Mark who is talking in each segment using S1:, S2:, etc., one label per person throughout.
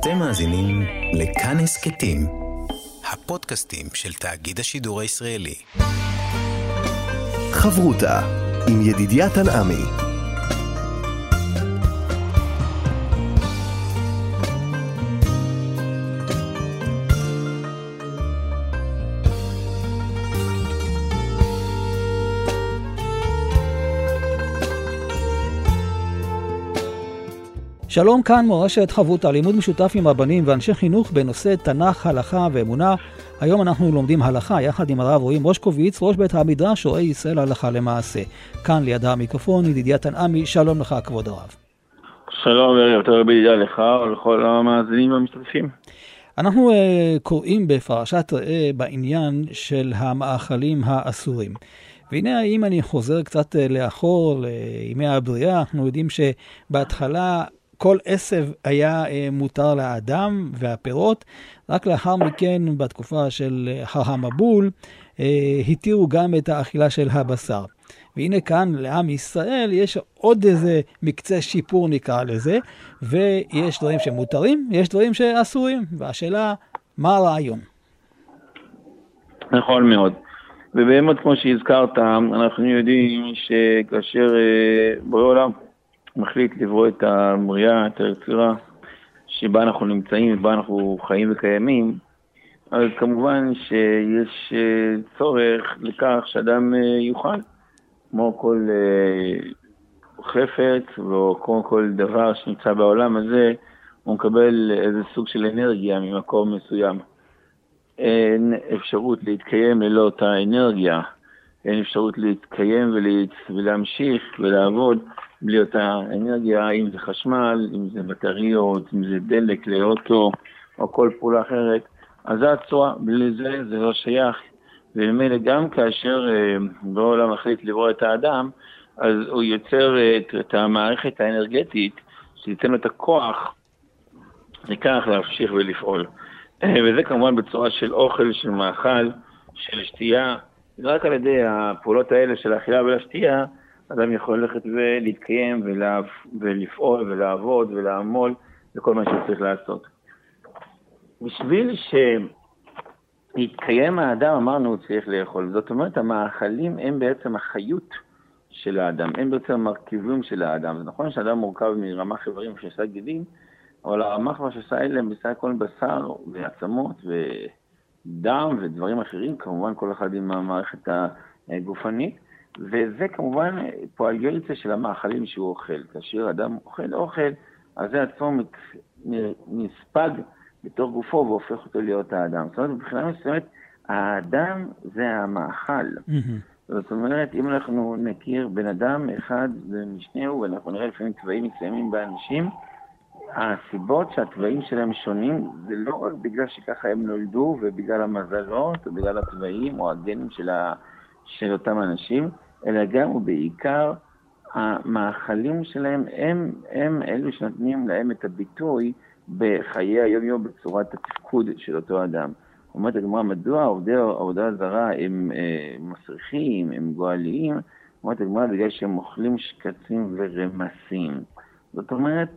S1: אתם מאזינים לכאן הסכתים, הפודקאסטים של תאגיד השידור הישראלי.
S2: חברותה עם ידידיה תנעמי.
S3: שלום, כאן מורשת חברותה, לימוד משותף עם רבנים ואנשי חינוך בנושא תנ"ך, הלכה ואמונה. היום אנחנו לומדים הלכה יחד עם הרב רועי מושקוביץ, ראש בית המדרש רואה ישראל הלכה למעשה. כאן ליד המיקרופון ידידיה תנעמי, שלום לך כבוד הרב.
S4: שלום וערב טוב ידידיה לך ולכל המאזינים והמשתתפים.
S3: אנחנו קוראים בפרשת ראה בעניין של המאכלים האסורים. והנה אם אני חוזר קצת לאחור לימי הבריאה, אנחנו יודעים שבהתחלה כל עשב היה מותר לאדם והפירות, רק לאחר מכן בתקופה של המבול התירו גם את האכילה של הבשר. והנה כאן לעם ישראל יש עוד איזה מקצה שיפור נקרא לזה, ויש דברים שמותרים, יש דברים שאסורים, והשאלה מה הרעיון?
S4: נכון מאוד. ובאמת כמו שהזכרת, אנחנו יודעים שכאשר בורא עולם מחליט לברוא את הבריאה, את היצירה שבה אנחנו נמצאים ובה אנחנו חיים וקיימים, אז כמובן שיש צורך לכך שאדם יוכל, כמו כל חפץ וכמו כל דבר שנמצא בעולם הזה, הוא מקבל איזה סוג של אנרגיה ממקום מסוים. אין אפשרות להתקיים ללא אותה אנרגיה, אין אפשרות להתקיים ולהמשיך ולעבוד בלי אותה אנרגיה, אם זה חשמל, אם זה בטריות, אם זה דלק לאוטו או כל פעולה אחרת. אז זה הצורה, בלי זה לא שייך. ובאמת גם כאשר בעולם מחליט לברוא את האדם, אז הוא יוצר את המערכת האנרגטית שתיתן לו את הכוח לכך להמשיך ולפעול. וזה כמובן בצורה של אוכל, של מאכל, של שתייה. רק על ידי הפעולות האלה של האכילה ולשתייה, אדם יכול ללכת ולהתקיים ולפעול ולעבוד ולעמול וכל מה שצריך לעשות. בשביל שיתקיים האדם, אמרנו, הוא צריך לאכול. זאת אומרת, המאכלים הם בעצם החיות של האדם, הם בעצם המרכיבים של האדם. זה נכון שהאדם מורכב מרמה חברים ושסה גידים, אבל הרמ"ח והשסה האלה הם בסך הכל בשר ועצמות ודם ודברים אחרים, כמובן כל אחד עם המערכת הגופנית, וזה כמובן פועל יוצא של המאכלים שהוא אוכל. כאשר אדם אוכל, אז זה עצמו נספג בתוך גופו והופך אותו להיות האדם. זאת אומרת, מבחינה מסוימת, האדם זה המאכל. זאת אומרת, אם אנחנו נכיר בן אדם אחד ומשנהו, ואנחנו נראה לפעמים צבעים מסוימים באנשים, הסיבות שהצבעים שלהם שונים זה לא רק בגלל שככה הם נולדו ובגלל המזלות או בגלל הצבעים או הגנים של אותם אנשים, אלא גם ובעיקר המאכלים שלהם הם אלו שנותנים להם את הביטוי בחיי היום-יום בצורת התפקוד של אותו אדם. אומרת הגמרא, מדוע העבודה הזרה הם מסריחים, הם גואליים? אומרת הגמרא, בגלל שהם אוכלים שקצים ורמסים. זאת אומרת,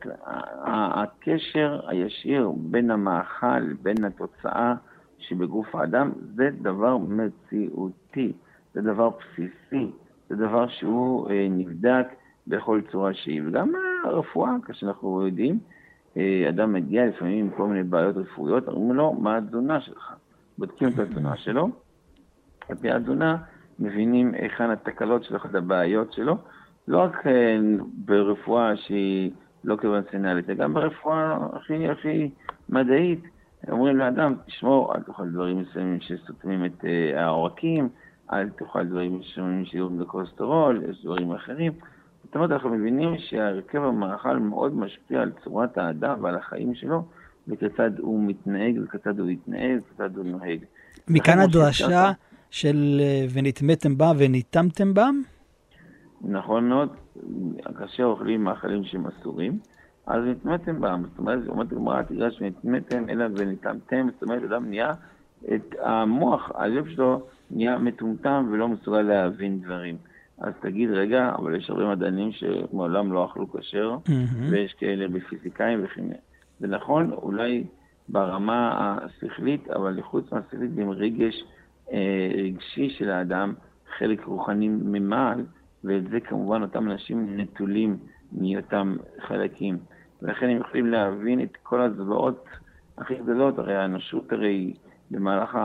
S4: הקשר הישיר בין המאכל, בין התוצאה שבגוף האדם, זה דבר מציאותי, זה דבר בסיסי, זה דבר שהוא נבדק בכל צורה שהיא. וגם הרפואה, כשאנחנו יודעים, אדם מגיע לפעמים עם כל מיני בעיות רפואיות, אומרים לו, מה התזונה שלך? בודקים את התזונה שלו, על פי התזונה מבינים היכן התקלות שלו, את הבעיות שלו, לא רק ברפואה שהיא לא קונבנציונלית, גם ברפואה הכי מדעית. אומרים לאדם, תשמור, אל תאכל דברים מסוימים שסותמים את העורקים, אל תאכל דברים מסוימים שיהיו בקולסטרול, יש דברים אחרים. זאת אומרת, אנחנו מבינים שהרכב המאכל מאוד משפיע על צורת האדם ועל החיים שלו, וכיצד הוא מתנהג, וכיצד הוא יתנהג, וכיצד הוא נוהג.
S3: מכאן הדרשה של ונטמאתם בה וניטמתם בם?
S4: נכון מאוד, כאשר אוכלים מאכלים שהם אסורים, אז נטמאתם בם. זאת אומרת, אומרת הגמרא, תראה שנטמאתם אלא וניטמתם, זאת אומרת, אדם נהיה, את המוח, הלב שלו נהיה מטומטם ולא מסוגל להבין דברים. אז תגיד, רגע, אבל יש הרבה מדענים שמעולם לא אכלו כשר, ויש כאלה בפיזיקאים וכימיה. זה נכון, אולי ברמה השכלית, אבל לחוץ מהשכלית עם רגשי של האדם, חלק רוחני ממעל, ואת זה כמובן אותם אנשים נטולים מאותם חלקים. ולכן הם יכולים להבין את כל הזוועות הכי גדולות, הרי האנושות במהלך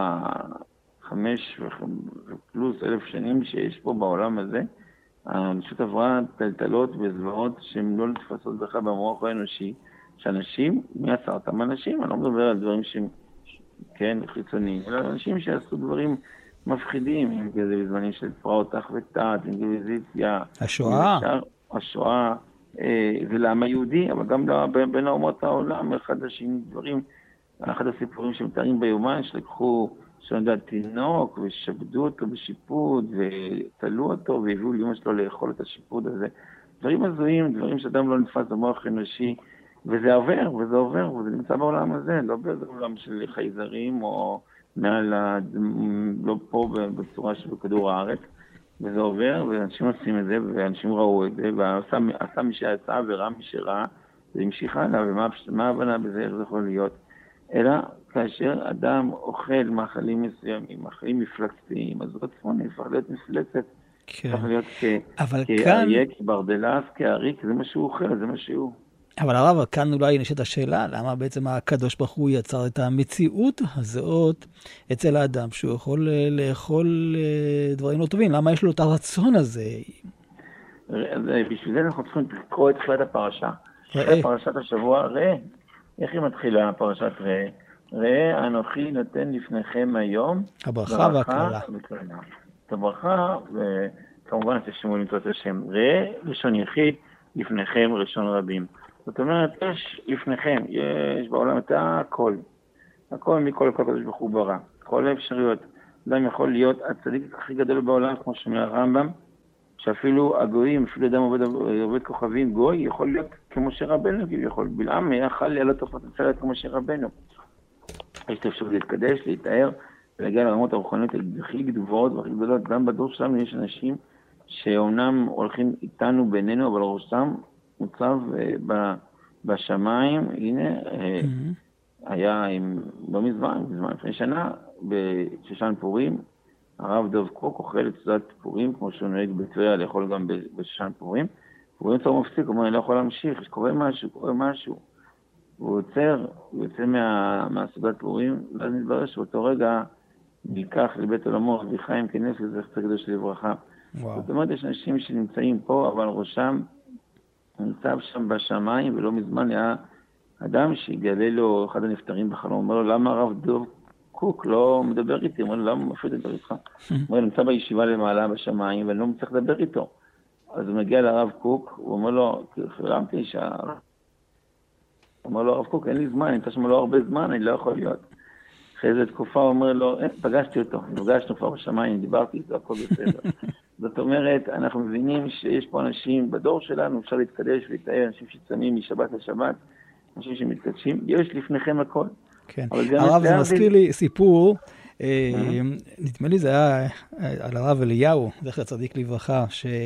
S4: 5,000+ שנים שיש פה בעולם הזה, האנושות עברה טלטלות וזוועות שהן לא נתפסות בכלל במוח האנושי, שאנשים, מי עשה אותם אנשים? אני לא מדבר על דברים שהם, כן, חיצוניים, אלא אנשים שעשו דברים מפחידים, אם כזה בזמנים של פרעות תח ותת, אינקוויזיציה, השואה, ולעם היהודי, אבל גם בין האומות העולם, אחד הסיפורים שמתארים ביומן, שלקחו תינוק ושבדו אותו בשיפוד ותלו אותו והביאו לאמא שלו לאכול את השיפוד הזה. דברים הזויים, דברים שאדם לא נתפס במוח אנושי, וזה עובר, וזה נמצא בעולם הזה, לא בעולם של חייזרים או לא פה בצורה שבכדור הארץ, וזה עובר, ואנשים עושים את זה, ואנשים ראו את זה, ועשה מי שעשה ורע מי שראה, זה המשיך הלאה, ומה ההבנה בזה, איך זה יכול להיות? אלא כאשר אדם אוכל מאכלים מסוימים, מאכלים מפלצתיים, אז הוא עצמו נהפך להיות מפלצת, נהפך להיות כאריה, כברדלס, כאריק, זה מה שהוא אוכל, זה מה שהוא.
S3: אבל הרב, כאן אולי נשאלת השאלה, למה בעצם הקדוש ברוך הוא יצר את המציאות הזאת אצל האדם, שהוא יכול לאכול דברים לא טובים? למה יש לו את הרצון הזה?
S4: בשביל זה אנחנו צריכים לקרוא את תחילת הפרשה. פרשת השבוע, ראה. איך היא מתחילה פרשת ראה? ראה אנוכי נותן לפניכם היום
S3: הברכה והקללה.
S4: את הברכה, וכמובן תשמעו למצוא את השם. ראה לשון יחיד, לפניכם לשון רבים. זאת אומרת, יש לפניכם, יש בעולם את הכל. הכל מכל קדוש ברוך הוא ברא. כל האפשרויות. אדם יכול להיות הצדיק הכי גדול בעולם, כמו שאומר הרמב"ם, שאפילו הגויים, אפילו אדם עובד כוכבים, גוי יכול להיות כמו שרבנו, יכול בלעם יכל לעלות תופעת הצלת כמו שרבנו. יש את האפשרות להתקדש, להתאר, ולהגיע לרמות הרוחניות הכי גדולות והכי גדולות. גם בדור שלנו יש אנשים שאומנם הולכים איתנו בינינו, אבל ראשם מוצב בשמיים. הנה, היה לא מזמן, לפני שנה, בשושן פורים, הרב דב קוק אוכל את סעודת פורים, כמו שהוא נוהג בטבריה, לאכול גם בשושן פורים. הוא באמצע הוא מפסיק, הוא אומר, אני לא יכול להמשיך, קורה משהו. הוא יוצא מהסעודת פורים, ואז מתברר שאותו רגע נלקח לבית עולמו, רבי חיים כנס לזכר קדוש לברכה. זאת אומרת, יש אנשים שנמצאים פה, אבל ראשם נמצא שם בשמיים, ולא מזמן היה אדם שיגלה לו, אחד הנפטרים בחלום, אומר לו, למה הרב דב קוק לא מדבר איתי? אומר לו, למה הוא אפילו לדבר איתך? אומר, נמצא בישיבה למעלה בשמיים, ואני לא מצליח לדבר איתו. אז הוא מגיע לרב קוק, הוא אומר לו, חלמתי הוא אומר לו, הרב קוק, אין לי זמן, אני נמצא שם לא הרבה זמן, אני לא יכול להיות. אחרי איזו תקופה הוא אומר לו, פגשתי אותו, נפגשנו כבר בשמיים, דיברתי איתו, הכל בסדר. זאת אומרת, אנחנו מבינים שיש פה אנשים בדור שלנו, אפשר להתקדש ולהתאר, אנשים שצמים משבת לשבת, אנשים שמתקדשים, יש לפניכם הכל.
S3: כן, הרב, זה מזכיר לי סיפור, נדמה לי זה היה על הרב אליהו, זכר צדיק לברכה,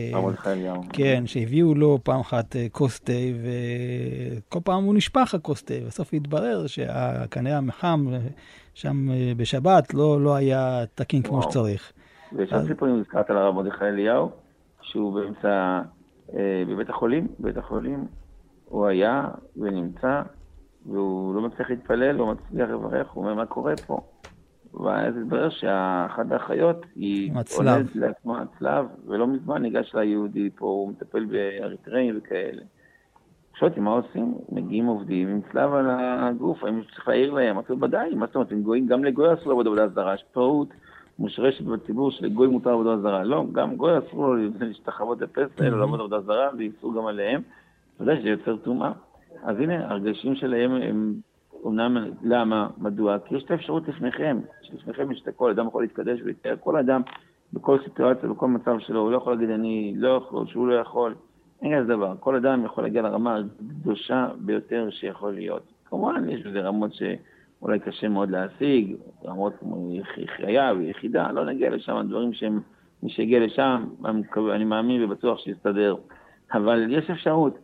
S3: כן, שהביאו לו פעם אחת כוס תה, וכל פעם הוא נשפך הכוס תה, בסוף התברר שהקנה המחם שם בשבת לא היה תקין כמו שצריך.
S4: ויש עוד סיפורים, הזכרת על הרב מרדכי אליהו, שהוא באמצע בבית החולים, הוא היה ונמצא, והוא לא מצליח להתפלל, לא מצליח לברך, הוא אומר, מה קורה פה? ואז התברר שאחת האחיות היא עולדת לעצמה הצלב, ולא מזמן ניגש ליהודי פה, הוא מטפל באריתראים וכאלה. חשבתי, מה עושים? מגיעים עובדים עם צלב על הגוף, האם צריך להעיר להם? אמרתי, בוודאי, מה זאת אומרת, הם גויים, גם לגוי אסור לעבוד עבודה זרה, יש טעות מושרשת בציבור שלגוי מותר עבודה זרה. לא, גם גוי אסור להשתחוות לפסל או לעבוד עבודה זרה, ויצאו גם עליהם. ודאי שזה יוצר טומאה. אז הנה, הרגשים שלהם הם אומנם, למה? מדוע? כי יש את האפשרות לפניכם, שלפניכם יש את הכל, אדם יכול להתקדש ולהתאר, כל אדם בכל סיטואציה, בכל מצב שלו, הוא לא יכול להגיד אני לא יכול, שהוא לא יכול, אין כזה דבר, כל אדם יכול להגיע לרמה הקדושה ביותר שיכול להיות. כמובן, יש בזה רמות שאולי קשה מאוד להשיג, רמות כמו חיה ויחידה, לא נגיע לשם, דברים שהם, מי שיגיע לשם, אני מאמין ובטוח שיסתדר, אבל יש אפשרות.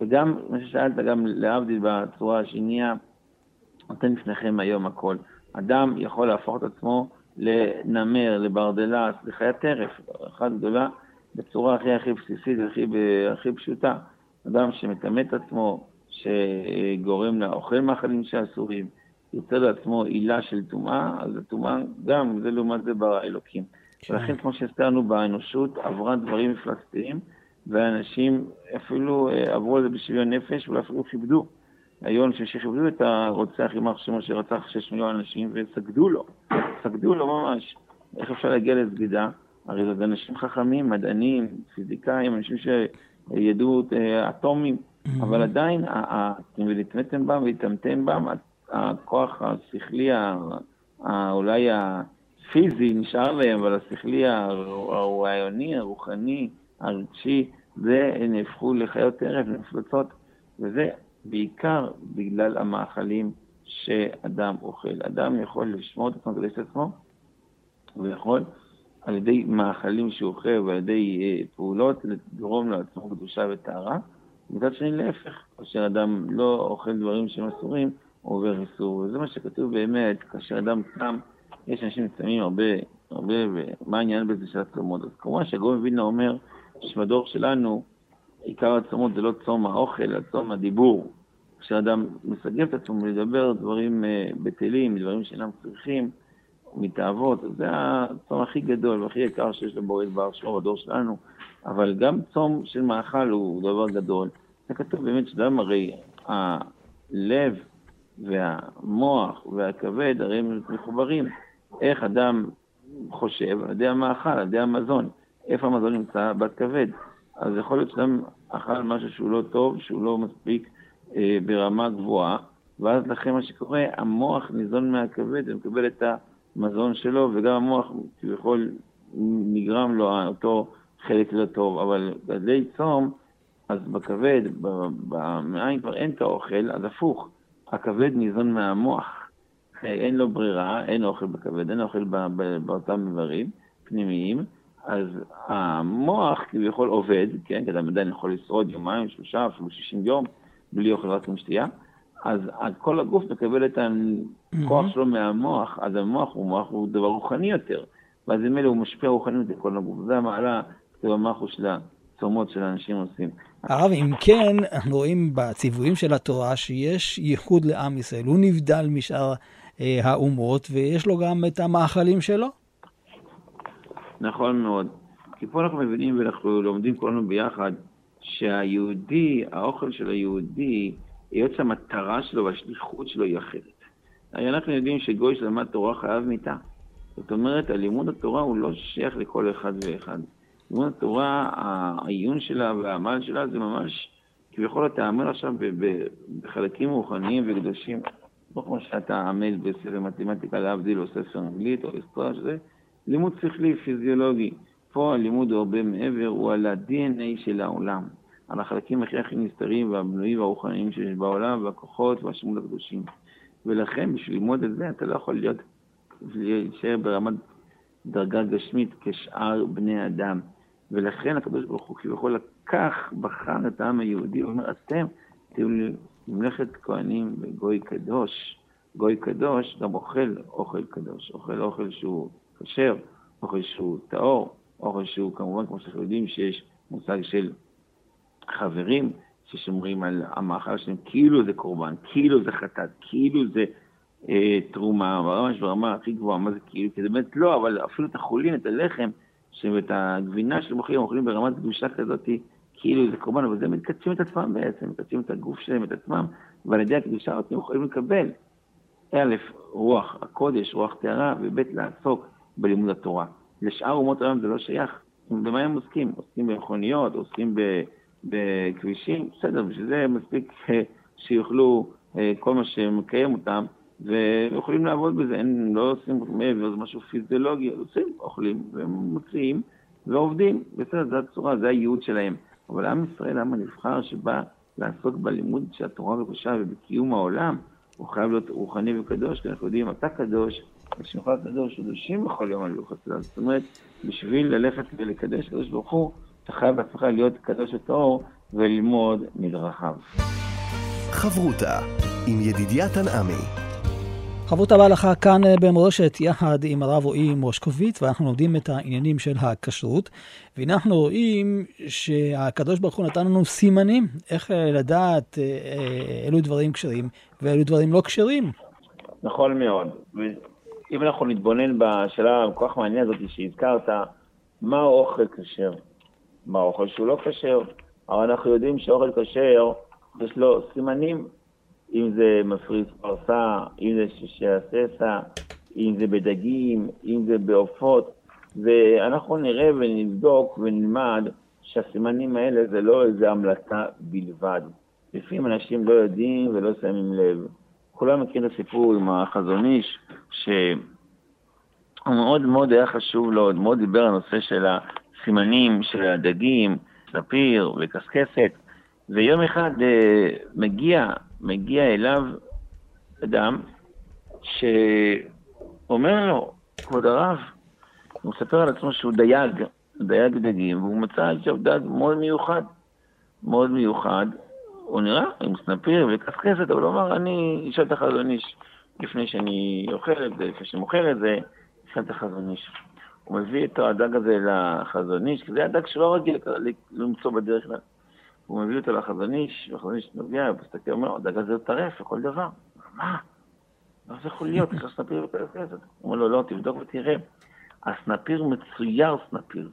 S4: וגם, מה ששאלת, גם להבדיל בצורה השנייה, נותן לפניכם היום הכל. אדם יכול להפוך את עצמו לנמר, לברדלס, לחיית טרף, אחת גדולה, בצורה הכי בסיסית, הכי פשוטה. אדם שמטמא את עצמו, שגורם לאוכל מאכלים שאסורים, יוצר לעצמו עילה של טומאה, אז הטומאה גם, זה לעומת זה ברא אלוקים. ולכן, כמו שהזכרנו באנושות, עברה דברים מפלצתיים, ואנשים אפילו עברו על זה בשוויון נפש, ואפילו כיבדו. היו אנשים שכיבדו את הרוצח יימח שמו שרצח 6 מיליון אנשים, וסגדו לו ממש. איך אפשר להגיע לסגידה? הרי זה אנשים חכמים, מדענים, פיזיקאים, אנשים שידעו אטומים, אבל עדיין, ולהתמתם בם והתאמתם בם, הכוח השכלי, אולי הפיזי נשאר להם, אבל השכלי, הרעיוני, הרוחני, הרגשי, זה נהפכו לחיות טרף, למפלצות, וזה בעיקר בגלל המאכלים שאדם אוכל. אדם יכול לשמור את עצמו, לקדש את עצמו, ויכול על ידי מאכלים שהוא אוכל ועל ידי פעולות לגרום לעצמו קדושה וטהרה. מצד שני להפך, כאשר אדם לא אוכל דברים שהם אסורים, הוא עובר איסור. וזה מה שכתוב באמת, כאשר אדם צם, יש אנשים צמים הרבה, ומה העניין בזה של הצומות? אז כמובן שהגאון מווילנה אומר שבדור שלנו, עיקר הצומות זה לא צום האוכל, אלא צום הדיבור. כשאדם מסגב את עצמו לדבר דברים בטלים, דברים שאינם צריכים, מתאהבות, זה הצום הכי גדול והכי יקר שיש לבורא דבר שלו בדור שלנו, אבל גם צום של מאכל הוא דבר גדול. זה כתוב באמת שאדם הרי הלב והמוח והכבד הרי הם מחוברים. איך אדם חושב על ידי המאכל, על ידי המזון, איפה המזון נמצא? בכבד. אז יכול להיות שאדם אכל משהו שהוא לא טוב, שהוא לא מספיק ברמה גבוהה, ואז לכן מה שקורה, המוח ניזון מהכבד, ומקבל את המזון שלו, וגם המוח כביכול נגרם לו אותו חלק לא טוב, אבל גדלי צום, אז בכבד, במעיים כבר אין את האוכל, אז הפוך, הכבד ניזון מהמוח, אין לו ברירה, אין אוכל בכבד, אין אוכל באותם דברים פנימיים, אז המוח כביכול עובד, כן, כי אדם עדיין יכול לשרוד יומיים, 3, אפילו 60 יום, בלי אוכל רק משתייה, אז כל הגוף מקבל את הכוח שלו מהמוח, אז המוח הוא דבר רוחני יותר, ואז ממילא הוא משפיע רוחניות לכל הגוף. זה המעלה, זה המחו של הצומות של האנשים עושים.
S3: הרב, אם כן, אנחנו רואים בציוויים של התורה שיש ייחוד לעם ישראל, הוא נבדל משאר האומות, ויש לו גם את המאכלים שלו.
S4: נכון מאוד. כי פה אנחנו מבינים ואנחנו לומדים כולנו ביחד, שהיהודי, האוכל של היהודי, היות שהמטרה שלו והשליחות שלו היא אחרת. אנחנו יודעים שגוי שלמד תורה חייב מיתה. זאת אומרת, הלימוד התורה הוא לא שייך לכל אחד ואחד. לימוד התורה, העיון שלה והעמל שלה זה ממש, כביכול אתה עמל עכשיו בחלקים רוחניים וקדושים, לא כמו שאתה עמל בספר מתמטיקה להבדיל או ספר אנגלית או היסטוריה, שזה לימוד שכלי, פיזיולוגי. פה הלימוד הוא הרבה מעבר, הוא על ה-DNA של העולם, על החלקים הכי נסתרים והבנויים והרוחניים שיש בעולם, והכוחות והשמות הקדושים. ולכן, בשביל ללמוד את זה, אתה לא יכול להישאר ברמת דרגה גשמית כשאר בני אדם. ולכן הקדוש ברוך הוא כביכול לקח, בחר את העם היהודי, הוא אומר, אתם תהיו ממלכת כהנים וגוי קדוש. גוי קדוש גם אוכל קדוש, אוכל שהוא כשר, אוכל שהוא טהור, אוכל שהוא כמובן, כמו שאנחנו יודעים, שיש מושג של חברים ששומרים על המאכל שלהם, כאילו זה קורבן, כאילו זה חטאת, כאילו זה תרומה, ממש ברמה הכי גבוהה, מה זה כאילו? כי זה באמת לא, אבל אפילו את החולין, את הלחם, ואת הגבינה של מוכרים, אוכלים ברמת קדושה כזאת, כאילו זה קורבן, אבל זה מקדשים את עצמם בעצם, מקדשים את הגוף שלהם, את עצמם, ועל ידי הקדושה אותם יכולים לקבל, א', רוח הקודש, רוח טהרה, וב', לעסוק בלימוד התורה. לשאר אומות העולם זה לא שייך. במה הם עוסקים? עוסקים במכוניות, עוסקים בכבישים, בסדר, בשביל זה מספיק שיוכלו כל מה שמקיים אותם, ויכולים לעבוד בזה, הם לא עושים מעבר, זה משהו פיזיולוגי, עושים, אוכלים, והם מוציאים, ועובדים, בסדר, זה הצורה, זה הייעוד שלהם. אבל עם ישראל, עם הנבחר שבא לעסוק בלימוד של התורה וקדושה ובקיום העולם, הוא חייב להיות רוחני וקדוש, כי אנחנו יודעים, אתה קדוש, ושנוכל קדוש, קדושים בכל יום על לוח הצלב. זאת אומרת, בשביל ללכת ולקדש קדוש ברוך הוא, אתה חייב בעצמך להיות קדוש וטהור, וללמוד מדרכיו.
S2: חברותה עם ידידיה תנעמי.
S3: חברותה בהלכה כאן במורשת יחד עם הרב רועי מושקוביץ, ואנחנו לומדים את העניינים של הכשרות, ואנחנו רואים שהקדוש ברוך הוא נתן לנו סימנים, איך לדעת אילו דברים כשרים ואילו דברים לא כשרים.
S4: נכון מאוד. אם אנחנו נתבונן בשאלה כל כך מעניינת הזאת שהזכרת, מה האוכל כשר? מה האוכל שהוא לא כשר? אבל אנחנו יודעים שאוכל כשר יש לו סימנים, אם זה מפריס פרסה, אם זה שעשסה, אם זה בדגים, אם זה בעופות, ואנחנו נראה ונבדוק ונלמד שהסימנים האלה זה לא איזו המלצה בלבד. לפעמים אנשים לא יודעים ולא שמים לב. כולם מכירים את הסיפור עם החזון איש, מאוד מאוד היה חשוב לו, מאוד דיבר על הנושא של הסימנים של הדגים, ספיר וקסקסת, ויום אחד מגיע אליו אדם שאומר לו, כבוד הרב, הוא מספר על עצמו שהוא דייג דגים, והוא מצא עכשיו דג מאוד מיוחד, הוא נראה עם סנפיר וקסקסת, אבל הוא אמר, אני אשאל את החזון איש לפני שאני אוכל את זה, לפני שאני מוכר את זה, אשאל את החזון איש. הוא מביא את הדג הזה לחזון איש, כי זה הדג שלא רגיל למצוא בדרך כלל. הוא מביא אותו לחזון איש, והחזון איש נוגע, ופסתכל אומר, הדג הזה הוא טרף לכל דבר. מה? לא זה יכול להיות, יש לו סנפיר וקסקסת. הוא אומר לו, לא, תבדוק ותראה. הסנפיר מצויר סנפיר,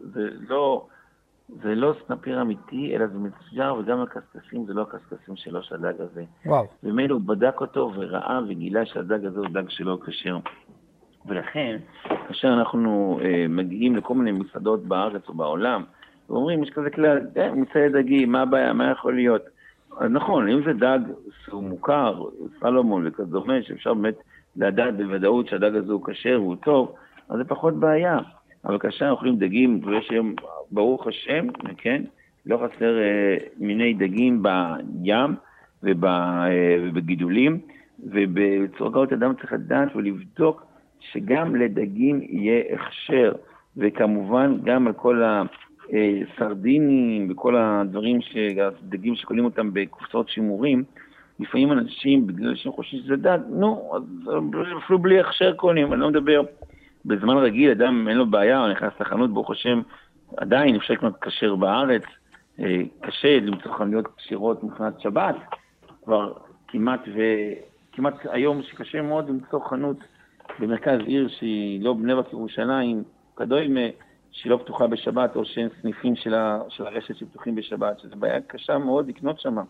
S4: זה לא סנפיר אמיתי, אלא זה מצויר, וגם הקסקסים זה לא הקסקסים שלו של הדג הזה.
S3: וואו.
S4: ומילא הוא בדק אותו וראה וגילה שהדג הזה הוא דג שלו כשר. ולכן, כאשר אנחנו מגיעים לכל מיני מסעדות בארץ או בעולם, ואומרים, יש כזה כלל, מסעד דגים, מה הבעיה, מה יכול להיות? אז נכון, אם זה דג שהוא מוכר, סלומון וכדומה, שאפשר באמת לדעת בוודאות שהדג הזה הוא כשר והוא טוב, אז זה פחות בעיה. אבל כאשר אנחנו אוכלים דגים, ויש היום, ברוך השם, כן, לא חסר מיני דגים בים ובגידולים, ובצורה כזאת אדם צריך לדעת ולבדוק שגם לדגים יהיה הכשר, וכמובן גם על כל הסרדינים וכל הדברים, דגים שקולים אותם בקופסאות שימורים, לפעמים אנשים, בגלל שהם חושבים שזה דג, נו, אז אפילו בלי הכשר קונים, אני לא מדבר, בזמן רגיל אדם אין לו בעיה, הוא נכנס לחנות, ברוך השם, עדיין אפשר לקנות כשר בארץ, קשה למצוא חנויות כשירות מבחינת שבת, כבר כמעט היום שקשה מאוד למצוא חנות במרכז עיר שהיא לא בני ברק ירושלים, כדומה, שהיא לא פתוחה בשבת, או שאין סניפים של הרשת שפתוחים בשבת, שזו בעיה קשה מאוד לקנות שם.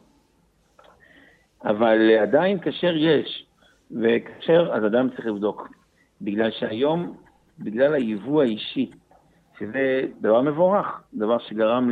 S4: אבל עדיין כשר יש, וכשר אז אדם צריך לבדוק. בגלל שהיום, בגלל היבוא האישי, שזה דבר מבורך, דבר שגרם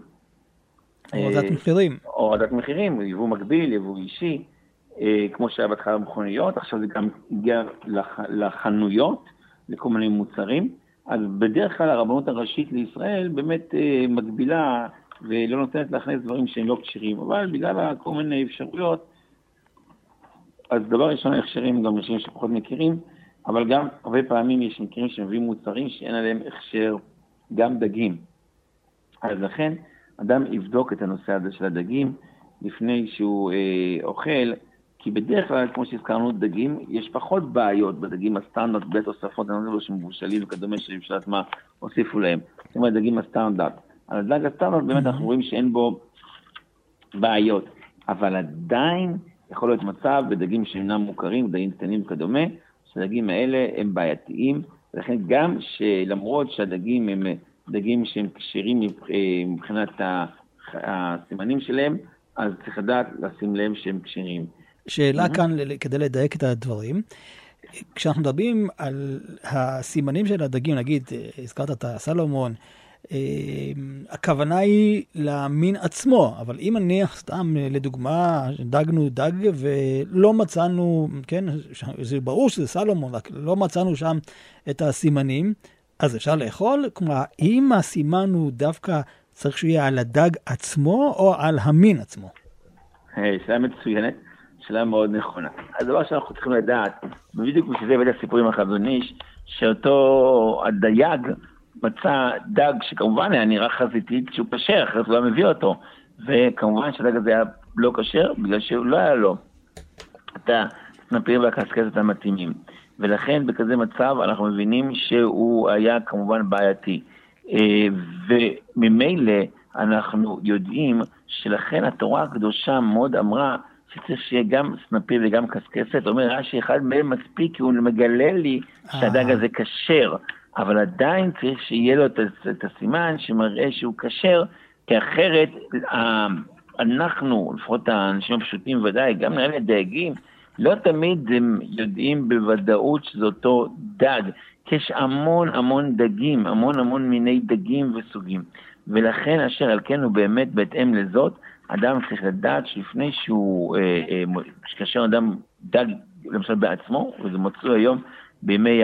S4: הורדת מחירים, יבוא מקביל, יבוא אישי, כמו שהיה בהתחלה במכוניות, עכשיו זה גם הגיע לחנויות, לכל מיני מוצרים, אז בדרך כלל הרבנות הראשית לישראל באמת מגבילה ולא נותנת להכניס דברים שהם לא כשרים, אבל בגלל כל מיני אפשרויות, אז דבר ראשון הכשרים גם אנשים שפחות מכירים, אבל גם הרבה פעמים יש מקרים שמביאים מוצרים שאין עליהם הכשר, גם דגים. אז לכן אדם יבדוק את הנושא הזה של הדגים לפני שהוא אוכל, כי בדרך כלל, כמו שהזכרנו, דגים, יש פחות בעיות בדגים הסטנדרט, בתוספות, אני לא יודע שמבושלים וכדומה שלמשלת מה הוסיפו להם. זאת אומרת, דגים הסטנדרט. על הדג הסטנדרט באמת אנחנו רואים שאין בו בעיות, אבל עדיין יכול להיות מצב בדגים שאינם מוכרים, דגים קטנים וכדומה, שהדגים האלה הם בעייתיים, ולכן גם שלמרות שהדגים הם דגים שהם כשרים מבחינת הסימנים שלהם, אז צריך לדעת לשים להם שהם כשרים.
S3: שאלה כאן כדי לדייק את הדברים. כשאנחנו מדברים על הסימנים של הדגים, נגיד, הזכרת את הסלומון, הכוונה היא למין עצמו, אבל אם נניח סתם לדוגמה, דגנו דג ולא מצאנו, כן, זה ברור שזה סלומון, רק לא מצאנו שם את הסימנים, אז אפשר לאכול? כלומר, אם הסימן הוא דווקא צריך שהוא יהיה על הדג עצמו או על המין עצמו?
S4: שאלה מצוינת, שאלה מאוד נכונה. הדבר שאנחנו צריכים לדעת, בדיוק בשביל זה הבאת הסיפורים החזון איש, שאותו הדייג מצא דג שכמובן היה נראה חזיתית שהוא כשר, אחרת הוא לא מביא אותו. וכמובן שהדג הזה היה לא כשר, בגלל שהוא לא היה לו את הסנפיר והקסקסת המתאימים. ולכן בכזה מצב אנחנו מבינים שהוא היה כמובן בעייתי. וממילא אנחנו יודעים שלכן התורה הקדושה מאוד אמרה שצריך שיהיה גם סנפיר וגם קסקסת. אומר שאחד מהם מספיק כי הוא מגלה לי שהדג הזה כשר, אבל עדיין צריך שיהיה לו את הסימן שמראה שהוא כשר, כי אחרת אנחנו, לפחות האנשים הפשוטים ודאי, גם נראה דייגים, לא תמיד הם יודעים בוודאות שזה אותו דג, כי יש המון דגים, המון מיני דגים וסוגים. ולכן אשר על כן הוא באמת בהתאם לזאת, אדם צריך לדעת שלפני שהוא, כאשר אדם דג למשל בעצמו, וזה מצוי היום בימי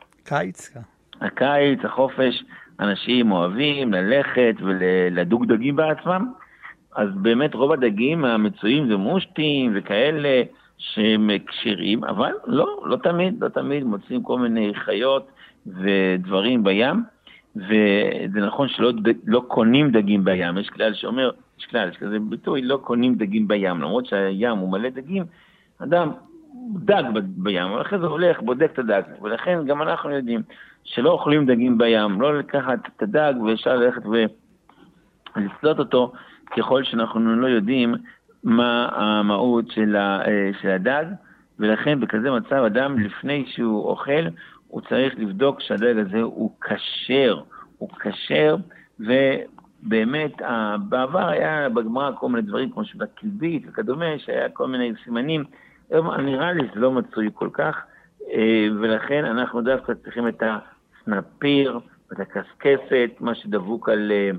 S4: הקיץ, החופש, אנשים אוהבים ללכת ולדוג דגים בעצמם, אז באמת רוב הדגים המצויים זה מושטים וכאלה שהם קשירים, אבל לא תמיד מוצאים כל מיני חיות ודברים בים, וזה נכון שלא קונים דגים בים, יש כלל שאומר, יש כזה ביטוי, לא קונים דגים בים, למרות שהים הוא מלא דגים, אדם דג בים, ואחרי זה הולך, בודק את הדג, ולכן גם אנחנו יודעים שלא אוכלים דגים בים, לא לקחת את הדג ואפשר ללכת ולסלוט אותו, ככל שאנחנו לא יודעים מה המהות של הדג, ולכן בכזה מצב אדם לפני שהוא אוכל, הוא צריך לבדוק שהדג הזה הוא כשר, ובאמת בעבר היה בגמרא כל מיני דברים כמו שבכלבית וכדומה, שהיה כל מיני סימנים, נראה לי זה לא מצוי כל כך, ולכן אנחנו דווקא צריכים את הסנפיר, את הקסקסת, מה שדבוק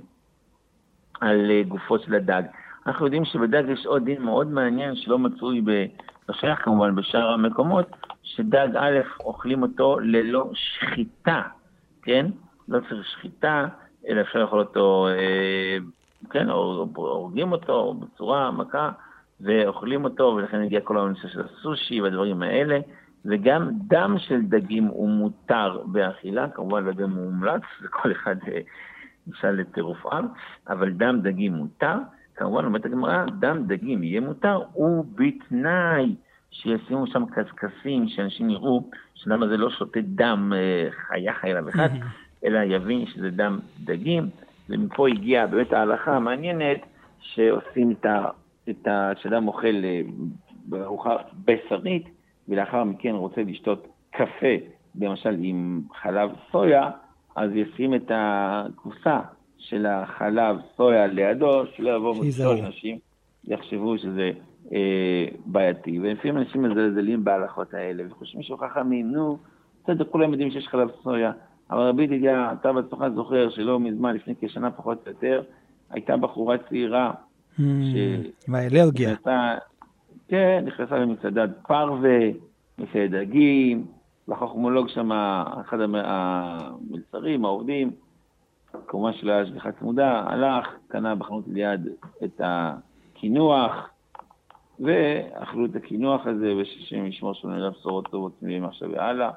S4: על גופו של הדג. אנחנו יודעים שבדג יש עוד דין מאוד מעניין שלא מצוי בשייך כמובן בשאר המקומות, שדג א' אוכלים אותו ללא שחיטה, כן? לא צריך שחיטה, אלא אפשר לאכול אותו, כן, הורגים אותו בצורה מכה, ואוכלים אותו, ולכן הגיע כל הנושא של הסושי והדברים האלה, וגם דם של דגים הוא מותר באכילה, כמובן דגם הוא מומלץ, וכל אחד נשאל את רופאיו, אבל דם דגים מותר, כמובן אומרת הגמרא, דם דגים יהיה מותר, ובתנאי שישימו שם קסקסים, שאנשים יראו שדם הזה לא שותה דם חיה וחד, אלא יבין שזה דם דגים, ומפה הגיעה באמת ההלכה המעניינת, שעושים שאדם אוכל בארוחה בשרית, ולאחר מכן רוצה לשתות קפה, למשל עם חלב סויה, אז ישים את הקופסה של החלב סויה לידו, שלא יבוא מצוות אנשים, יחשבו שזה בעייתי. ולפעמים אנשים מזלזלים בהלכות האלה, וחושבים שחכמים, בסדר, כולם יודעים שיש חלב סויה, אבל רבי ידידיה, אתה בעצמך זוכר שלא מזמן, לפני כשנה פחות או יותר, הייתה בחורה צעירה,
S3: עם האלרגיה.
S4: כן, נכנסה למצעדת פרווה, מסעד דגים, והחכמולוג שם, אחד המלצרים, העובדים, כמובן שלא היה השגחה צמודה, הלך, קנה בחנות ליד את הקינוח, ואכלו את הקינוח הזה, ושם ישמור שלנו נראה בשורות טובות מלאים עכשיו והלאה.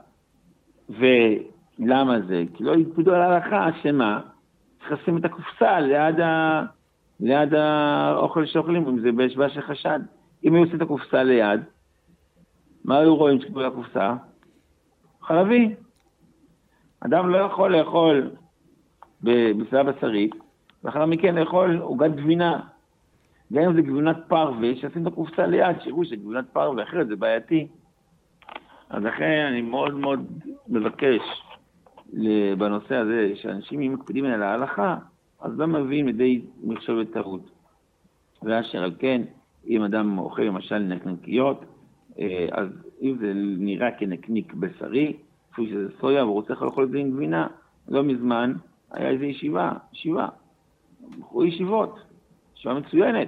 S4: ולמה זה? כי לא יקפדו על ההלכה, שמה? צריך לשים את הקופסה ליד האוכל שאוכלים, אם זה בהשוואה של חשד. אם היו עושים את הקופסה ליד, מה היו רואים שקבול הקופסה? חלבי. אדם לא יכול לאכול במסעדה בשרית, ואחר מכן לאכול עוגת גבינה. גם אם זה גבינת פרווה, שעשים את הקופסה ליד, שיראו שגבינת פרווה, אחרת זה בעייתי. אז לכן אני מאוד מאוד מבקש בנושא הזה, שאנשים אם מקפידים על ההלכה, אז לא מביאים לידי מחשב וטעות. ואשר על כן, אם אדם אוכל למשל נקניקיות, אז אם זה נראה כנקניק בשרי, כפי שזה סויה, והוא רוצה לאכול את זה עם גבינה, לא מזמן היה איזו ישיבה, בחרו ישיבה מצוינת.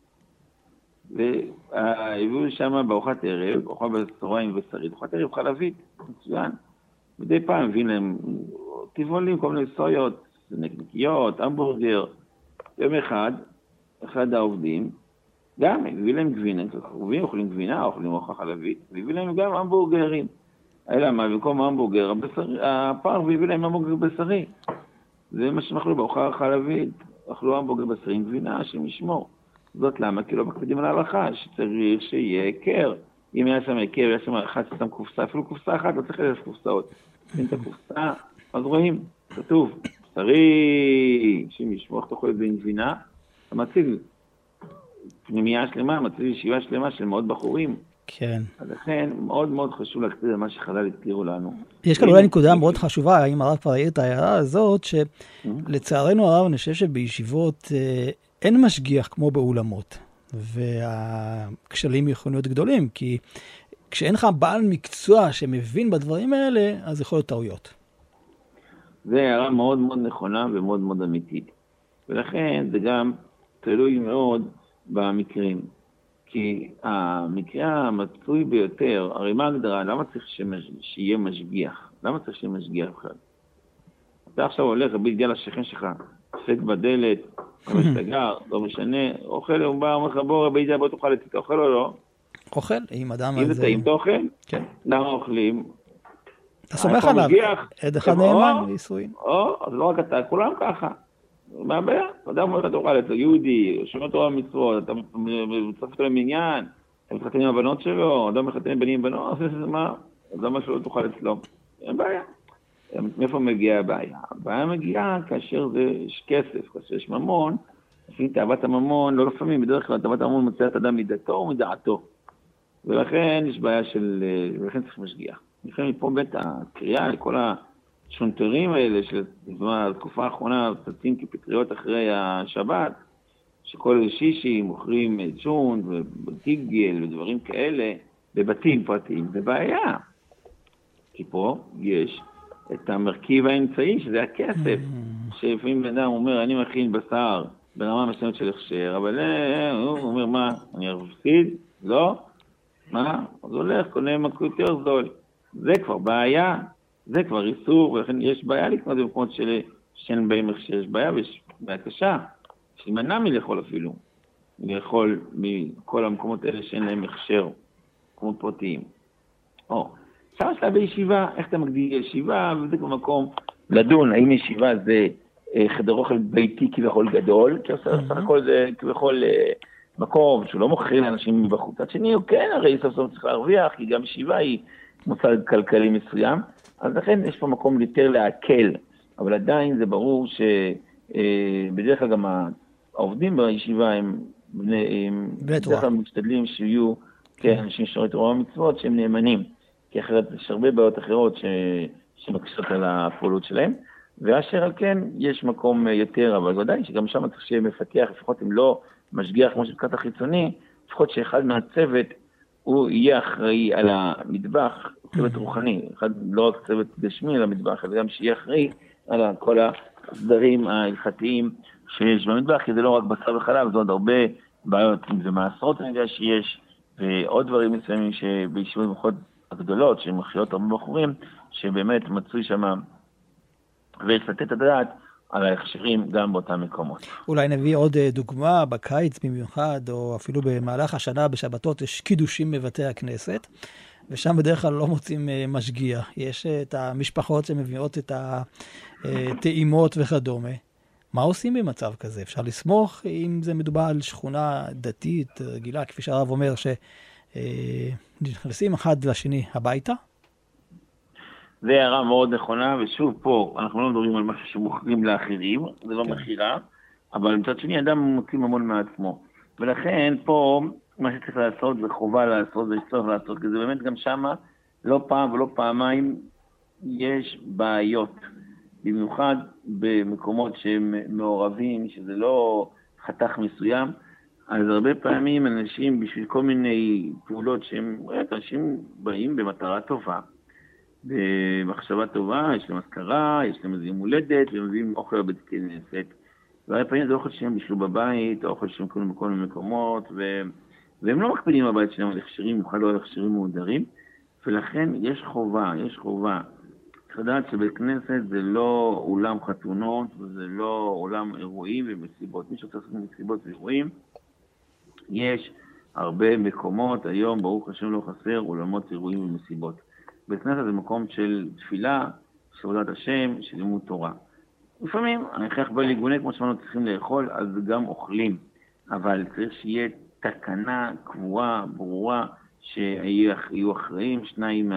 S4: והביאו שם בארוחת ערב, אוכל בצהריים ושרית, ארוחת ערב חלבית, מצוין. מדי פעם מביאים להם טבעולים, כל מיני סויות, נקניקיות, המבורגר. יום אחד העובדים, גם הביא להם גבינה, עובדים אוכלים גבינה, אוכלים אוכל חלבית, והביא להם גם המבורגרים. אלא מה, במקום המבורגר, הפר והביא להם המבורגר בשרי. זה מה שמאכלו באוכל חלבית. אכלו המבורגר בשר עם גבינה, השם ישמור. זאת למה? כי לא מקפידים על ההלכה, שצריך שיהיה היכר. אם היה שם היכר, היה שם אחד ששם קופסה, אפילו קופסה אחת, לא צריך לדעת קופסאות. אם את הקופסה, אז רואים, כתוב, בשרי, השם ישמור, איך אתה אוכל את זה עם גבינה, אתה מציל פנימייה שלמה, מציל ישיבה שלמה של מאות בחורים.
S3: כן.
S4: אז לכן, מאוד מאוד חשוב להקפיד על מה שחז"ל הזכירו לנו.
S3: יש כאן אולי נקודה מאוד חשובה, האם הרב כבר העיר את ההערה הזאת, שלצערנו הרב, אני חושב שבישיבות אין משגיח כמו באולמות, והכשלים יכולים להיות גדולים, כי כשאין לך בעל מקצוע שמבין בדברים האלה, אז יכול להיות טעויות.
S4: זה הערה מאוד מאוד נכונה ומאוד מאוד אמיתית. ולכן זה גם תלוי מאוד במקרים. כי המקרה המצוי ביותר, הרי מה ההגדרה? למה צריך שיהיה משגיח? למה צריך שיהיה משגיח בכלל? אתה עכשיו הולך בגלל השכן שלך, דופק בדלת, סגר, לא משנה, אוכל, הוא בא, אומר לך בוא, בידי בוא תאכל את זה, אתה אוכל או לא?
S3: אוכל, אם אדם...
S4: אם זה טעים, אתה אוכל?
S3: כן.
S4: למה אוכלים?
S3: אתה סומך עליו, עד אחד נאמן ויסויים.
S4: אז לא רק אתה, כולם ככה. מה הבעיה? אדם אומר לך תאכל את זה, יהודי, שומע תורה ומצוות, אתה מצטרף אותו למניין, אתה מתחתן עם הבנות שלו, אדם מתחתן עם בנים ובנות, מה? אז למה שלא תאכל אצלו? אין בעיה. מאיפה מגיעה הבעיה? הבעיה מגיעה כאשר יש כסף, כאשר יש ממון, לפעמים תאוות הממון, לא לפעמים, בדרך כלל תאוות הממון מוצא את אדם מדתו או מדעתו. ולכן יש בעיה של, ולכן צריך משגיח. לכן מפה בית הקריאה לכל השונטרים האלה של התקופה האחרונה, צצים כפטריות אחרי השבת, שכל שישי מוכרים שונט וטיגל ודברים כאלה, בבתים פרטיים, זה בעיה. כי פה יש את המרכיב האמצעי, שזה הכסף, שלפעמים בן אדם אומר, אני מכין בשר ברמה מסוימת של הכשר, אבל הוא אומר, מה, אני ארפסיד? לא? מה? אז הולך, קונה מקום יותר זול. זה כבר בעיה, זה כבר איסור, ולכן יש בעיה לקנות במקומות שאין בהם הכשר, יש בעיה, ויש בעיה קשה, שימנע מלאכול אפילו, לאכול מכל המקומות האלה שאין להם הכשר, כמו פרטיים. עכשיו שאתה בישיבה, איך אתה מגדיר ישיבה, וזה כבר מקום לדון, האם ישיבה זה חדר אוכל ביתי כביכול גדול, כי סך הכל זה כביכול מקום שהוא לא מוכר לאנשים מבחוץ. עד שני, הוא כן, הרי סוף סוף צריך להרוויח, כי גם ישיבה היא מוצג כלכלי מסוים, אז לכן יש פה מקום יותר להקל, אבל עדיין זה ברור שבדרך כלל גם העובדים בישיבה הם בדרך כלל משתדלים שיהיו אנשים שומרי תורה ומצוות שהם נאמנים, כי אחרת יש הרבה בעיות אחרות שמקשות על הפעולות שלהם, ואשר על כן יש מקום יותר, אבל ודאי שגם שם צריך שיהיה מפתח, לפחות אם לא משגיח כמו שבקעת החיצוני, לפחות שאחד מהצוות הוא יהיה אחראי על המטבח, צוות רוחני, לא רק צוות גשמי על המטבח, אלא גם שיהיה אחראי על כל הסדרים ההלכתיים שיש במטבח, כי זה לא רק בשר וחלב, זה עוד הרבה בעיות, אם זה מעשרות אני יודע שיש, ועוד דברים מסוימים שבישיבות מוחות הגדולות, שמחיות הרבה בחורים, שבאמת מצוי שם, ויש לתת את הדעת על ההכשרים גם באותם מקומות.
S3: אולי נביא עוד דוגמה, בקיץ במיוחד, או אפילו במהלך השנה בשבתות, יש קידושים בבתי הכנסת, ושם בדרך כלל לא מוצאים משגיח. יש את המשפחות שמביאות את הטעימות וכדומה. מה עושים במצב כזה? אפשר לסמוך אם זה מדובר על שכונה דתית רגילה, כפי שהרב אומר, שנכנסים אחד לשני הביתה?
S4: זה הערה מאוד נכונה, ושוב פה, אנחנו לא מדברים על משהו שמוכרים לאחרים, זה לא מחירה, אבל מצד שני, אדם מוציא ממון מעצמו. ולכן פה, מה שצריך לעשות, זה חובה לעשות, זה צריך לעשות, כי זה באמת גם שמה, לא פעם ולא פעמיים, יש בעיות. במיוחד במקומות שהם מעורבים, שזה לא חתך מסוים, אז הרבה פעמים אנשים, בשביל כל מיני פעולות שהם, אנשים באים במטרה טובה, במחשבה טובה, יש להם אזכרה, יש להם איזה יום הולדת, והם מביאים אוכל לבית כנסת. והרבה פעמים זה אוכל שהם בישלו בבית, או אוכל שהם קונים בכל מיני מקומות, והם לא מקפידים בבית שלהם על הכשרים, במיוחד לא על הכשרים מודרים, ולכן יש חובה. צריך לדעת שבית כנסת זה לא אולם חתונות, וזה לא אולם אירועים ומסיבות. מי שרוצה לעשות מסיבות ואירועים, יש הרבה מקומות, היום ברוך השם לא חסר, אולמות אירועים ומסיבות. בית כנסת זה מקום של תפילה, של עבודת השם, של לימוד תורה. לפעמים, ההכרח בליגונה, כמו שאמרנו, צריכים לאכול, אז גם אוכלים. אבל צריך שיהיה תקנה קבועה, ברורה, שיהיו אחראים, שניים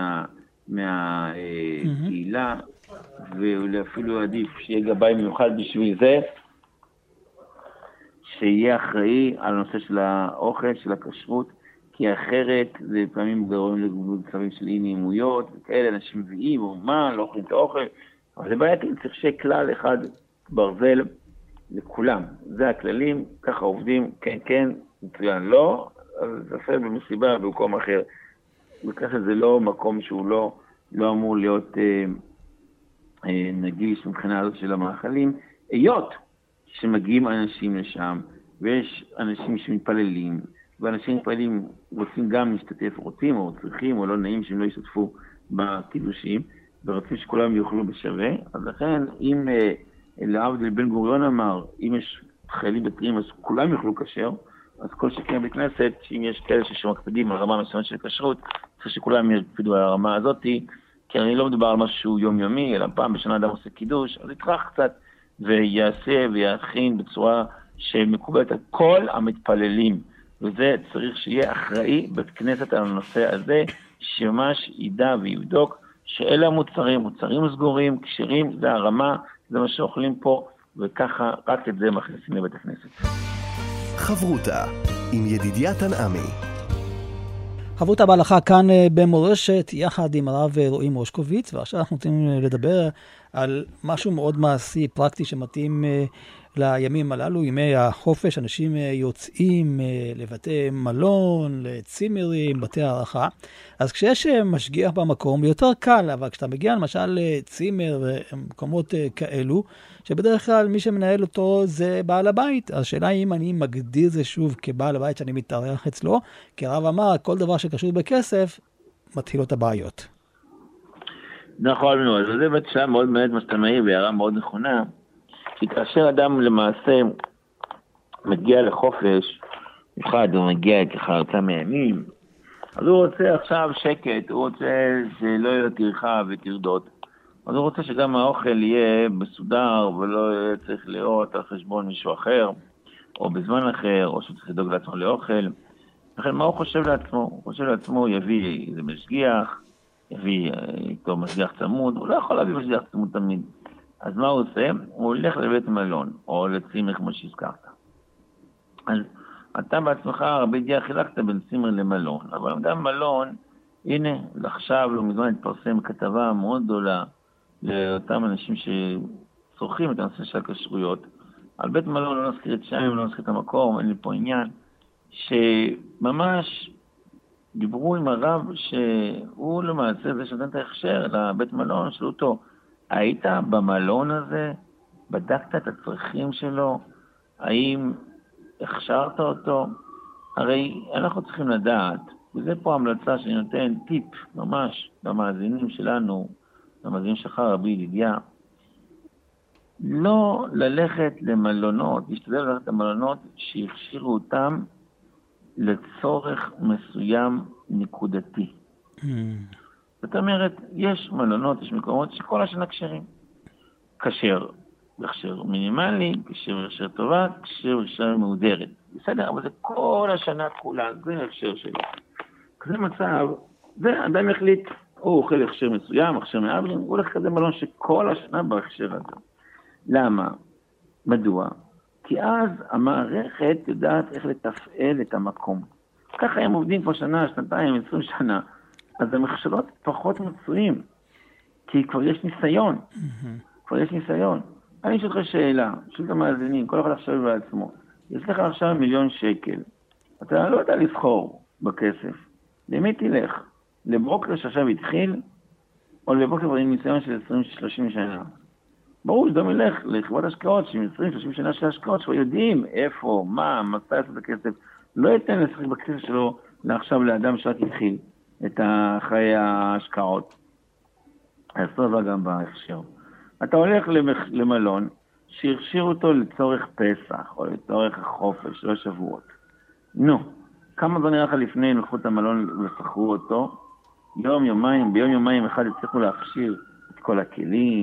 S4: מהקהילה, ואפילו עדיף שיהיה גבאי מיוחד בשביל זה, שיהיה אחראי על הנושא של האוכל, של הכשרות, כי אחרת זה פעמים גורם למצבים של אי נעימויות, וכאלה אנשים מביאים, או מה, לא אוכלים את האוכל, אבל זה בעייתי, צריך שיהיה כלל אחד ברזל לכולם. זה הכללים, ככה עובדים, כן, כן, מצוין, לא, אז זה עושה במסיבה במקום אחר. וככה זה לא מקום שהוא לא אמור להיות נגיש מבחינה הזאת של המאכלים, היות שמגיעים אנשים לשם, ויש אנשים שמתפללים, ואנשים מתפללים רוצים גם להשתתף, רוצים או צריכים או לא נעים שהם לא ישתתפו בקידושים, ורוצים שכולם יאכלו בשווה. אז לכן, אם להבדיל בן גוריון אמר, אם יש חיילים דתיים אז כולם יאכלו כשר, אז כל שכן בכנסת, שאם יש כאלה שמקפידים על רמה מסוימת של כשרות, צריך שכולם יקפידו על הרמה הזאת, כי אני לא מדובר על משהו יומיומי, אלא פעם בשנה אדם עושה קידוש, אז יטרח קצת ויעשה ויכין בצורה שמקובלת על כל המתפללים, וזה צריך שיהיה אחראי בית כנסת על הנושא הזה, שממש ידע ויבדוק שאלה מוצרים סגורים, כשרים, זה הרמה, זה מה שאוכלים פה, וככה רק את זה מכניסים לבית הכנסת.
S2: חברותה עם ידידיה תנעמי.
S3: חברותה בהלכה כאן במורשת, יחד עם הרב רועי מושקוביץ, ועכשיו אנחנו רוצים לדבר על משהו מאוד מעשי, פרקטי, שמתאים לימים הללו, ימי החופש. אנשים יוצאים לבתי מלון, לצימרים, בתי הערכה. אז כשיש משגיח במקום, יותר קל, אבל כשאתה מגיע למשל לצימר ומקומות כאלו, שבדרך כלל מי שמנהל אותו זה בעל הבית. אז השאלה היא אם אני מגדיר זה שוב כבעל הבית שאני מתארח אצלו, כי הרב אמר, כל דבר שקשור בכסף, מתחיל את הבעיות.
S4: נכון מאוד, וזה בתשעה מאוד מעט מסתמאי והערה מאוד נכונה, כי כאשר אדם למעשה מגיע לחופש, אחד הוא מגיע ככה יוצא מימים, אז הוא רוצה עכשיו שקט, הוא רוצה שלא יהיה טרחה וטרדות, אז הוא רוצה שגם האוכל יהיה מסודר ולא יהיה צריך להיות על חשבון מישהו אחר, או בזמן אחר, או שהוא צריך לדאוג לעצמו לאוכל. לכן מה הוא חושב לעצמו? הוא חושב לעצמו, יביא איזה משגיח, יביא איתו משגיח צמוד, הוא לא יכול להביא משגיח צמוד תמיד. אז מה הוא עושה? הוא הולך לבית מלון, או לצימר כמו שהזכרת. אז אתה בעצמך הרבה דייה חילקת בין צימר למלון, אבל גם מלון, הנה, עכשיו לא מזמן התפרסם כתבה מאוד גדולה לאותם אנשים שצורכים את הנושא של הכשרויות. על בית מלון לא נזכיר את שם, לא נזכיר את המקום, אין לי פה עניין, שממש דיברו עם הרב שהוא למעשה זה שנתן את ההכשר לבית מלון, שאלו אותו, היית במלון הזה? בדקת את הצרכים שלו? האם הכשרת אותו? הרי אנחנו צריכים לדעת, וזה פה המלצה שאני נותן טיפ ממש במאזינים שלנו, במאזינים שלך רבי ידידיה, לא ללכת למלונות, להשתדל ללכת למלונות שהכשירו אותם לצורך מסוים נקודתי. זאת אומרת, יש מלונות, יש מקומות שכל השנה כשרים. כשר, הכשר מינימלי, כשר טובה, כשר מהודרת. בסדר, אבל זה כל השנה כולה, זה הכשר שלו. כזה מצב, זה אדם יחליט, הוא אוכל הכשר מסוים, הכשר מאברין, הוא הולך כזה מלון שכל השנה בהכשר הזה. למה? מדוע? כי אז המערכת יודעת איך לתפעל את המקום. ככה הם עובדים פה שנה, שנתיים, 20 שנה. אז המכשלות פחות מצויים, כי כבר יש ניסיון. כבר יש ניסיון. אני אשאל לך שאלה, שואל את המאזינים, כל אחד עכשיו בעצמו. יש לך עכשיו 1,000,000 שקל. אתה לא יודע לסחור בכסף. למי תלך? לברוקר שעכשיו התחיל, או לברוקר כבר עם ניסיון של 20-30 שנה? ברור שגם ילך לחברות השקעות, שעם 20-30 שנה של השקעות, שכבר יודעים איפה, מה, מתי לעשות את הכסף. לא ייתן לשחק בכסף שלו לעכשיו לאדם שרק התחיל את חיי ההשקעות. אז טוב גם בהכשר. אתה הולך למלון שהכשיר אותו לצורך פסח או לצורך החופש או שבועות. נו, כמה זמן נראה לך לפני הם לקחו את המלון ושכרו אותו? ביום יומיים אחד הצליחו להכשיר את כל הכלים,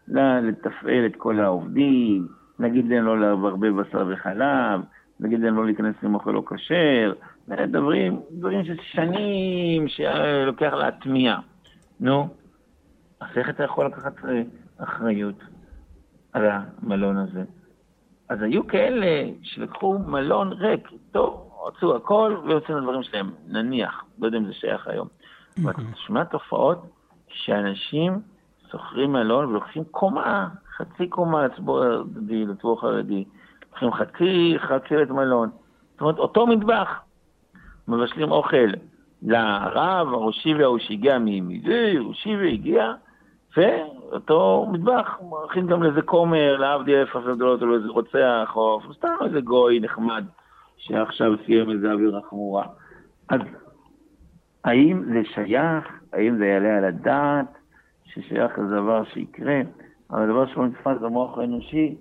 S4: לתפעל את כל העובדים, להגיד להם לא להרבה בשר וחלב, להגיד להם לא להיכנס עם אוכל לא כשר, דברים של שנים שלוקח להטמיע. נו, אז איך אתה יכול לקחת אחריות על המלון הזה? אז היו כאלה שלקחו מלון ריק, טוב, הוצאו הכל ויוצאים לדברים שלהם, נניח, לא יודע אם זה שייך היום. ואתה שומע תופעות שאנשים שוכרים מלון ולוקחים קומה, חצי קומה לציבור חרדי, לוקחים חצי את מלון. זאת אומרת, אותו מטבח, מבשלים אוכל לרב, הראשי והוא שהגיע מזה, ראשי והגיע, ואותו מטבח, מכין גם לזה כומר, להבדיל איפה גדולות, או לאיזה רוצח, או סתם איזה גוי נחמד, שעכשיו סיים איזה אווירה חמורה. אז האם זה שייך? האם זה יעלה על הדעת ששייך לזה דבר שיקרה? אבל הדבר שלא נתפס במוח האנושי,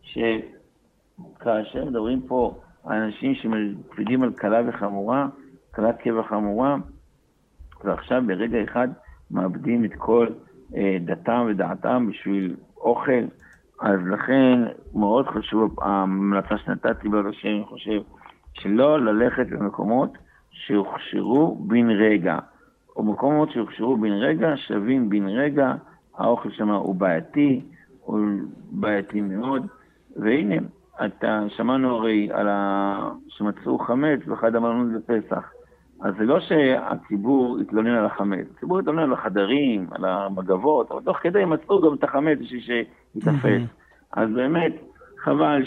S4: שכאשר מדברים פה על אנשים שמקפידים על קלה וחמורה, קלת קבע חמורה, ועכשיו ברגע אחד מאבדים את כל דתם ודעתם בשביל אוכל, אז לכן מאוד חשוב, ההמלצה שנתתי בראשי, אני חושב, שלא ללכת למקומות שהוכשרו בן רגע, או מקומות שהוכשרו בן רגע, שווים בן רגע, האוכל שם הוא בעייתי, הוא בעייתי מאוד, והנה, שמענו הרי על שמצאו חמץ ואחד אמרנו בפסח, אז זה לא שהציבור התלונן על החמץ, הציבור התלונן על החדרים, על המגבות, אבל תוך כדי מצאו גם את החמץ שיתפס. אז באמת חבל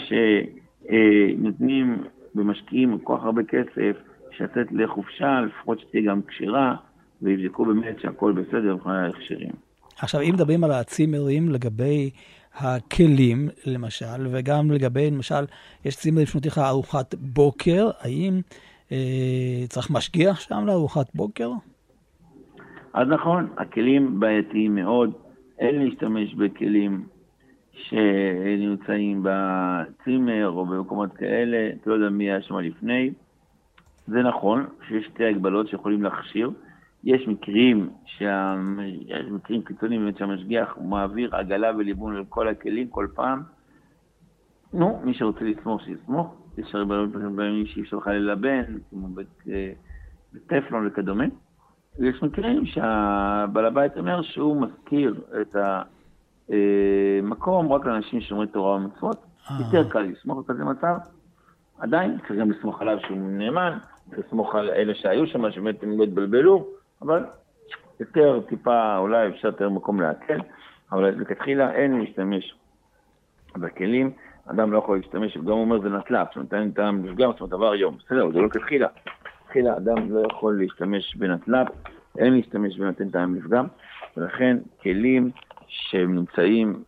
S4: שנותנים ומשקיעים כל כך הרבה כסף, שתת לחופשה, לפחות שתהיה גם קשירה, ויבדקו באמת שהכל בסדר ובכלל הכשרים.
S3: עכשיו, אם מדברים על הצימרים לגבי הכלים, למשל, וגם לגבי, למשל, יש צימרים שנותנים לך ארוחת בוקר, האם צריך משגיח שם לארוחת בוקר?
S4: אז נכון, הכלים בעייתיים מאוד, אין להשתמש בכלים שנמצאים בצימר או במקומות כאלה, אתה לא יודע מי היה שם לפני. זה נכון שיש שתי הגבלות שיכולים להכשיר. יש מקרים קיצוניים באמת שהמשגיח מעביר עגלה וליבון על כל הכלים כל פעם. נו, מי שרוצה לסמוך שיסמוך. יש הרבה פעמים שאי אפשר לך ללבן, כמו בטפלון וכדומה. ויש מקרים שהבעל הבית אומר שהוא מזכיר את המקום רק לאנשים שומרי תורה ומצוות. יותר קל לסמוך בכזה מצב. עדיין צריך גם לסמוך עליו שהוא נאמן, לסמוך על אלה שהיו שם, שבאמת הם לא התבלבלו, אבל יותר טיפה, אולי אפשר יותר מקום להקל, אבל לכתחילה אין להשתמש בכלים, אדם לא יכול להשתמש, וגם אומר זה נטלף, שנותן את המפגם, זאת אומרת דבר יום, בסדר, זה לא כתחילה, כתחילה אדם לא יכול להשתמש בנטלף, אין להשתמש ונותן את המפגם, ולכן כלים שהם נמצאים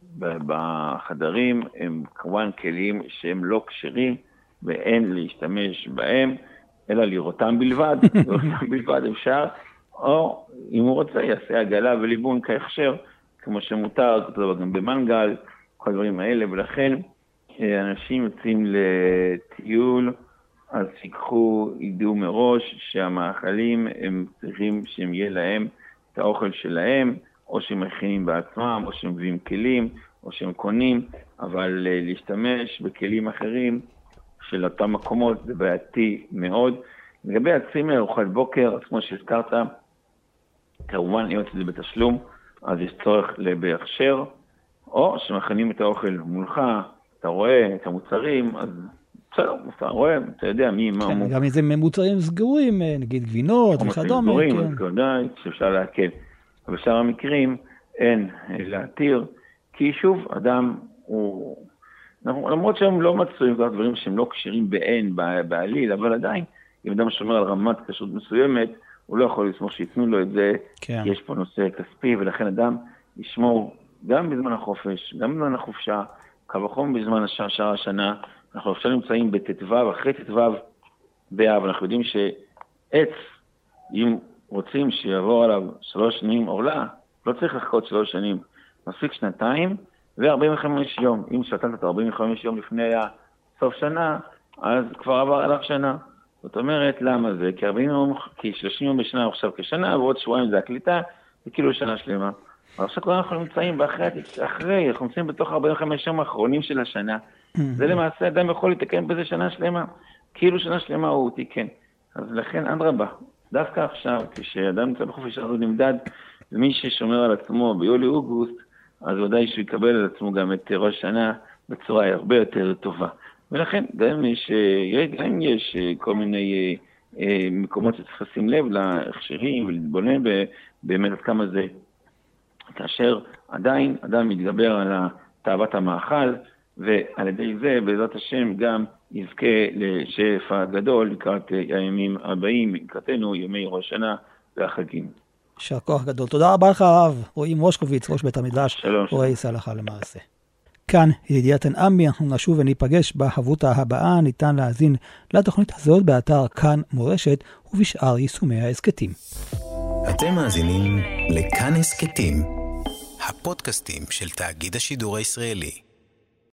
S4: בחדרים, הם כמובן כלים שהם לא כשרים, ואין להשתמש בהם, אלא לראותם בלבד, לראותם בלבד אפשר, או אם הוא רוצה יעשה עגלה וליבון כהכשר, כמו שמותר, כתוב גם במנגל, כל הדברים האלה, ולכן אנשים יוצאים לטיול, אז ידעו מראש שהמאכלים הם צריכים שהם יהיה להם את האוכל שלהם, או שהם מכינים בעצמם, או שהם מביאים כלים, או שהם קונים, אבל להשתמש בכלים אחרים של אותם מקומות זה בעייתי מאוד. לגבי הצימר, ארוחת בוקר, אז כמו שהזכרת, כמובן אם זה בתשלום, אז יש צורך בהכשר, או שמכנים את האוכל מולך, אתה רואה את המוצרים, אז בסדר, אתה רואה, אתה יודע מי, מה הוא.
S3: גם איזה מוצרים סגורים, נגיד גבינות וכדומה.
S4: סגורים, אז כדאי שאפשר להקל. אבל בשאר המקרים אין להתיר, כי שוב, אדם הוא, למרות שהם לא מצויים כבר דברים שהם לא קשרים בעין, בעליל, אבל עדיין, אם אדם שומר על רמת כשרות מסוימת, הוא לא יכול לסמוך שיתנו לו את זה, כן. יש פה נושא כספי, ולכן אדם ישמור גם בזמן החופש, גם בזמן החופשה, כבחום בזמן השעה השנה, אנחנו עכשיו נמצאים בתתוו, אחרי תתוו באב, אנחנו יודעים שעץ, אם רוצים שיבוא עליו 3 שנים עורלה, לא צריך לחכות 3 שנים, מספיק 2 ו-45 יום. אם שתנת את 45 יום לפני סוף שנה, אז כבר עבר עליו שנה. זאת אומרת, למה זה? כי 40 יום, כי 30 יום בשנה עכשיו כשנה, ועוד שבועיים זה הקליטה, זה כאילו שנה שלמה. אבל עכשיו כבר אנחנו נמצאים אנחנו נמצאים בתוך 45 יום האחרונים של השנה. זה למעשה אדם יכול לתקן בזה שנה שלמה, כאילו שנה שלמה הוא תיקן. אז לכן, אדרבה, דווקא עכשיו, כשאדם נמצא בחופש הוא נמדד, ומי ששומר על עצמו ביולי-אוגוסט, אז ודאי שהוא יקבל על עצמו גם את ראש שנה בצורה הרבה יותר טובה. ולכן, גם אם יש כל מיני מקומות שצריך לשים לב להכשרים ולהתבונן באמת עד כמה זה, כאשר עדיין אדם מתגבר על תאוות המאכל, ועל ידי זה בעזרת השם גם יזכה לשפע גדול לקראת הימים הבאים, לקראתנו ימי ראש שנה והחגים.
S3: יישר כוח גדול. תודה רבה לך הרב רועי מושקוביץ, ראש בית המדרש,
S4: שלום.
S3: רואה הלכה למעשה. כאן ידידיית עמי, אנחנו נשוב וניפגש בחברותה הבאה. ניתן להאזין לתוכנית הזאת באתר כאן מורשת ובשאר יישומי ההסכתים.
S1: אתם מאזינים לכאן הסכתים, הפודקאסטים של תאגיד השידור הישראלי.